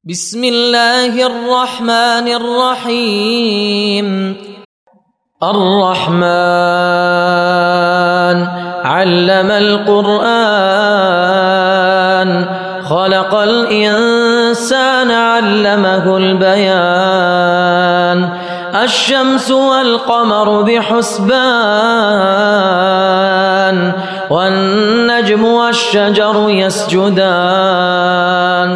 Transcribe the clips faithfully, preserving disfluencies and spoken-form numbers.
بسم الله الرحمن الرحيم. الرحمن علم القرآن خلق الإنسان علمه البيان الشمس والقمر بحسبان والنجم والشجر يسجدان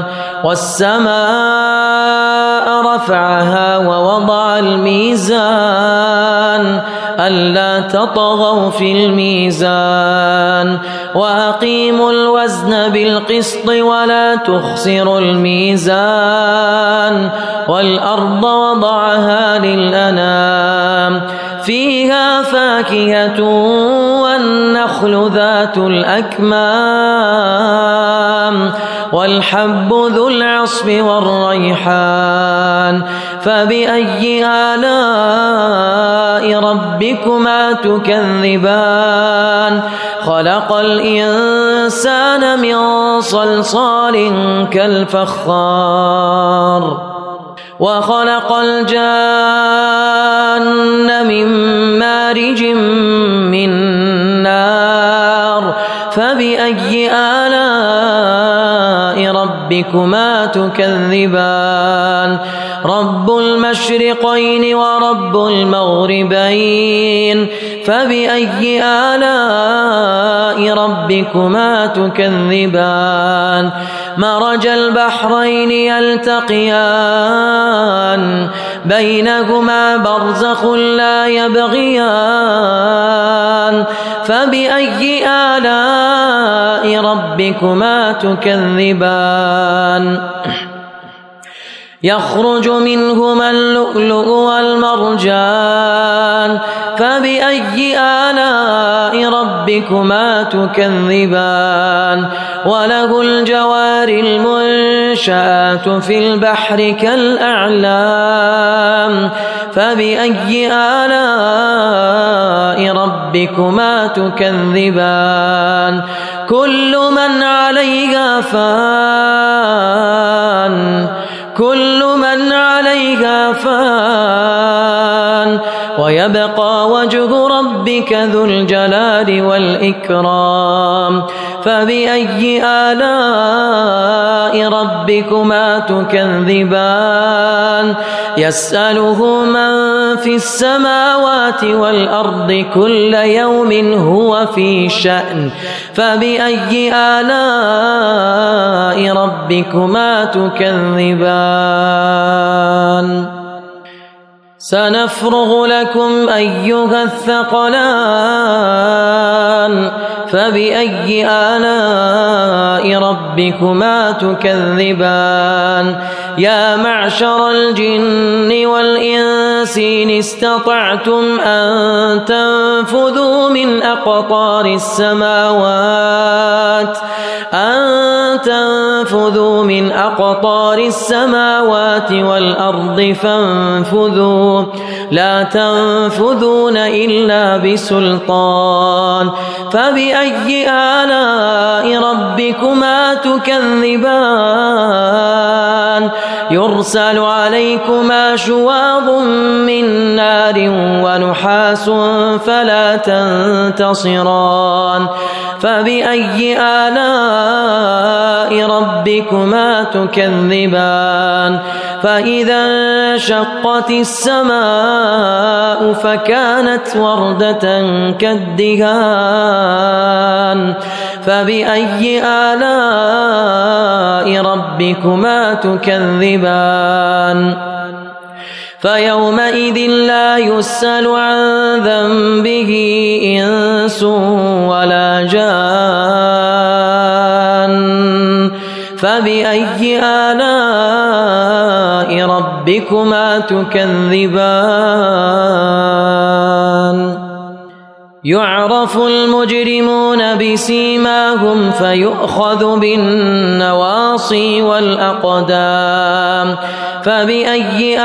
والسماء رفعها ووضع الميزان ألا تطغوا في الميزان وأقيموا الوزن بالقسط ولا تخسروا الميزان والأرض وضعها للأنام فيها فاكهة والنخل ذات الأكمام والحب ذو العصف والريحان فبأي آلاء ربكما تكذبان خلق الإنسان من صلصال كالفخار وخلق الجان من مارج من نار فبأي آلاء ربكما تكذبان رب المشرقين ورب المغربين فبأي آلاء ربكما تكذبان مرج البحرين يلتقيان بينهما برزخ لا يبغيان فبأي آلاء ربكما تكذبان يخرج منهما اللؤلؤ والمرجان فبأي آلاء ربكما تكذبان وله الجوار المنشآت في البحر كالأعلام فبأي آلاء ربكما تكذبان كل من عليها فان كل من عليها فان ويبقى وجه ربك ذو الجلال والإكرام فبأي آلاء ربكما تكذبان يسأله من في السماوات والأرض كل يوم هو في شأن فبأي آلاء ربكما تكذبان سنفرغ لكم أيها الثقلان فبأي آلاء ربكما تكذبان يا معشر الجن والإنس إن استطعتم أن تنفذوا من أقطار السماوات أن تنفذوا من أقطار السماوات والأرض فانفذوا لا تنفذون إلا بسلطان فبأي آلاء ربكما تكذبان يرسل عليكما شواظ من نار ونحاس فلا تنتصران فبأي آلاء ربكما تكذبان فإذا انشقت السماء فكانت وردة كالدهان فبأي آلاء ربكما تكذبان فيومئذ لا يسأل عن ذنبه إنس ولا جان فبأي آلاء ربكما تكذبان يعرف المجرمون بسيماهم فيؤخذ بالنواصي والأقدام فبأي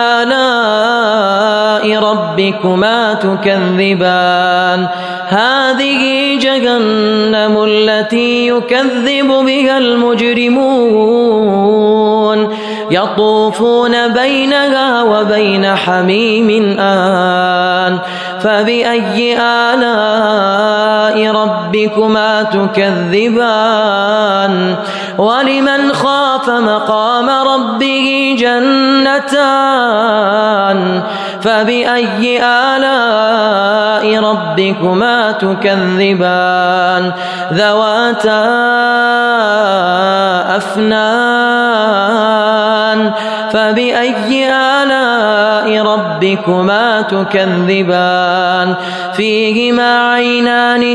آلاء ربكما تكذبان هذه جهنم التي يكذب بها المجرمون يطوفون بينها وبين حميم آن فبأي آلاء ربكما تكذبان ولمن خاف مقام ربه جنتان فبأي آلاء ربكما تكذبان ذواتا أفنان فبأي آلاء ربكما تكذبان فيهما عينان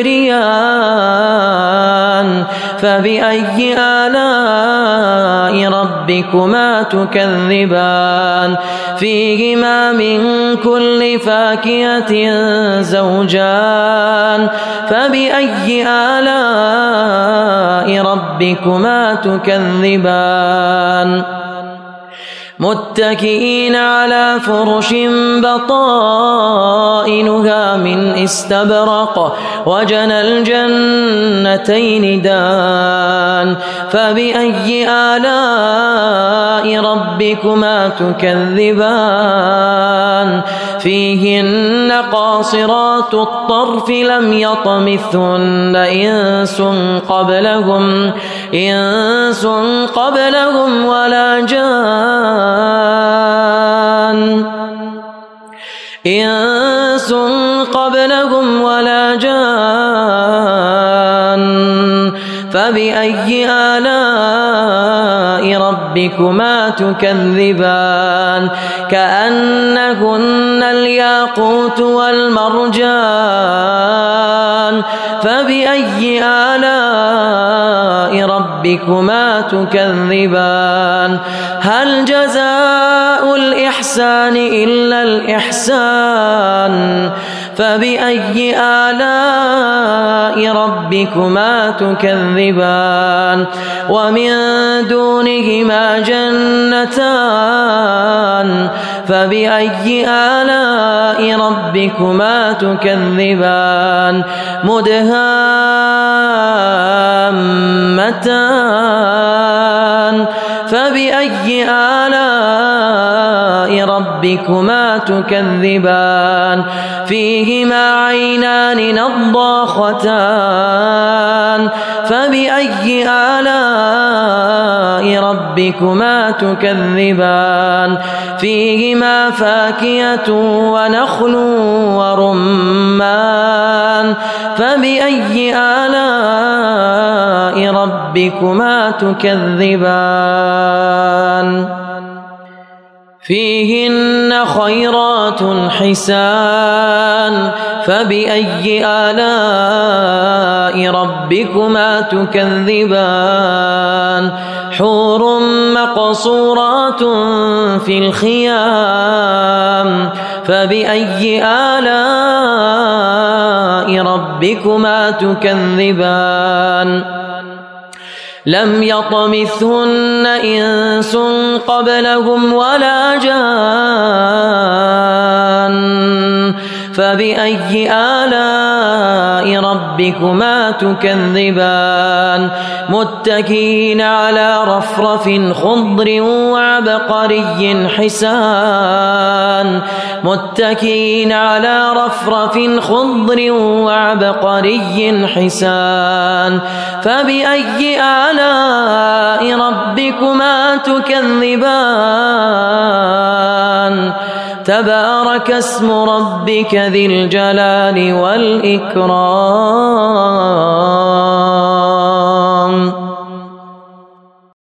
تجريان فبأي آلاء ربكما تكذبان فيهما من كل فاكهة زوجان فبأي آلاء ربكما تكذبان متكئين على فرش بطائنها من استبرق وجنى الجنتين دان فبأي آلاء ربكما تكذبان فيهن قاصرات الطرف لم يطمثهن إنس قبلهم إنس قبلهم ولا جان إنس قبلهم ولا جان فبأي آلاء ربكما تكذبان كأنهن الياقوت والمرجان فبأي آلاء ربكما تكذبان هل جزاء الإحسان إلا الإحسان فبأي آلاء ربكما تكذبان ومن دونهما جنتان فبأي آلاء ربكما تكذبان مدهامتان فبأي آلاء ربكما تكذبان فيهما عينان نضاختان فبأي آلاء ربكما تكذبان فيهما فاكهة ونخل ورمان فبأي آلاء ربكما تكذبان فيهن خيرات حسان فبأي آلاء ربكما تكذبان حور مقصورات في الخيام فبأي آلاء ربكما تكذبان لم يطمثهن إنس قبلهم ولا جان فبأي آلاء ربكما تكذبان متكئين على رفرف خضر وعبقري حسان متكئين على رفرف خضر وعبقري حسان فبأي آلاء ربكما تكذبان تبارك اسم ربك ذي الجلال والإكرام.